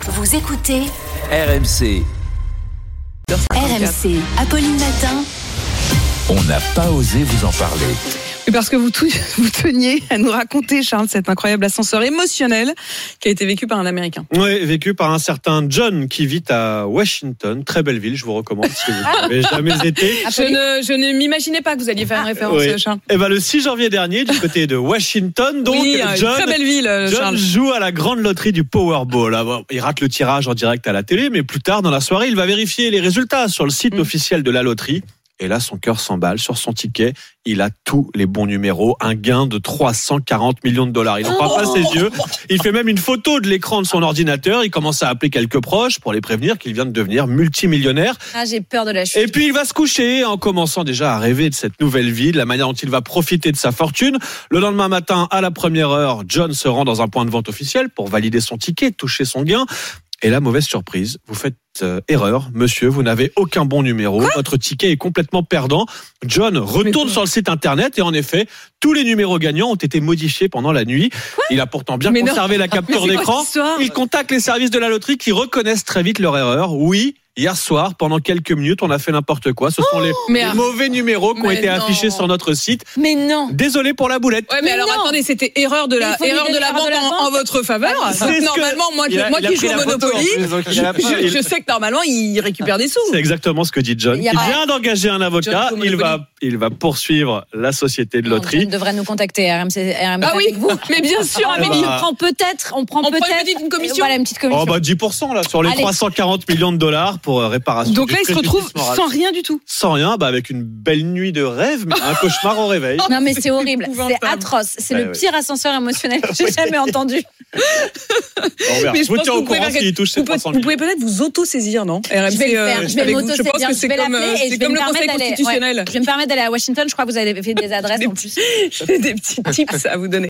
Vous écoutez RMC. RMC, Apolline Matin. On n'a pas osé vous en parler. Oui, parce que vous teniez à nous raconter, Charles, cet incroyable ascenseur émotionnel qui a été vécu par un Américain. Oui, vécu par un certain John qui vit à Washington. Très belle ville, je vous recommande si vous n'avez jamais été. Je ne m'imaginais pas que vous alliez faire une référence, Oui. Charles. Et le 6 janvier dernier, du côté de Washington, donc Oui, John, très belle ville, John Charles. joue à la grande loterie du Powerball. Alors, il rate le tirage en direct à la télé, mais plus tard dans la soirée, il va vérifier les résultats sur le site officiel de la loterie. Et là, son cœur s'emballe. Sur son ticket, il a tous les bons numéros. Un gain de 340 millions de dollars. Il n'en croit pas ses yeux. Il fait même une photo de l'écran de son ordinateur. Il commence à appeler quelques proches pour les prévenir qu'il vient de devenir multimillionnaire. Ah, j'ai peur de la chute. Et puis, il va se coucher en commençant déjà à rêver de cette nouvelle vie, de la manière dont il va profiter de sa fortune. Le lendemain matin, à la première heure, John se rend dans un point de vente officiel pour valider son ticket, toucher son gain. Et là, mauvaise surprise, vous faites erreur, monsieur, vous n'avez aucun bon numéro, votre ticket est complètement perdant. John retourne sur le site internet et en effet, tous les numéros gagnants ont été modifiés pendant la nuit. Il a pourtant bien conservé la capture d'écran. Il contacte les services de la loterie qui reconnaissent très vite leur erreur. Oui, hier soir, pendant quelques minutes, on a fait n'importe quoi. Ce sont les mauvais numéros qui ont été affichés sur notre site. Mais non. Désolé pour la boulette. Ouais, mais alors attendez, c'était erreur de la banque en votre faveur. Donc, normalement, moi qui joue au Monopoly, je sais que normalement il récupère des sous. C'est exactement ce que dit John. Il vient d'engager un avocat. Il va poursuivre la société de loterie. John devrait nous contacter. RMC Ah oui, avec vous. mais bien sûr, Amélie. On prend peut-être une commission. Voilà, une petite commission. 10% là sur les 340 millions de dollars pour réparation. Donc là, il se retrouve sans rien du tout. Sans rien, avec une belle nuit de rêve, mais un cauchemar au réveil. Non, mais c'est horrible, c'est atroce. C'est le pire ascenseur émotionnel que j'ai jamais entendu. Mais je vous pense tiens que au courant s'il touche ces 300 vous pouvez peut-être vous auto-saisir, non? Je vais le faire, je vais m'auto-saisir, je vais l'appeler et je vais comme le Conseil constitutionnel. Je vais me permettre d'aller à Washington, je crois que vous avez fait des adresses en plus. J'ai des petits tips à vous donner.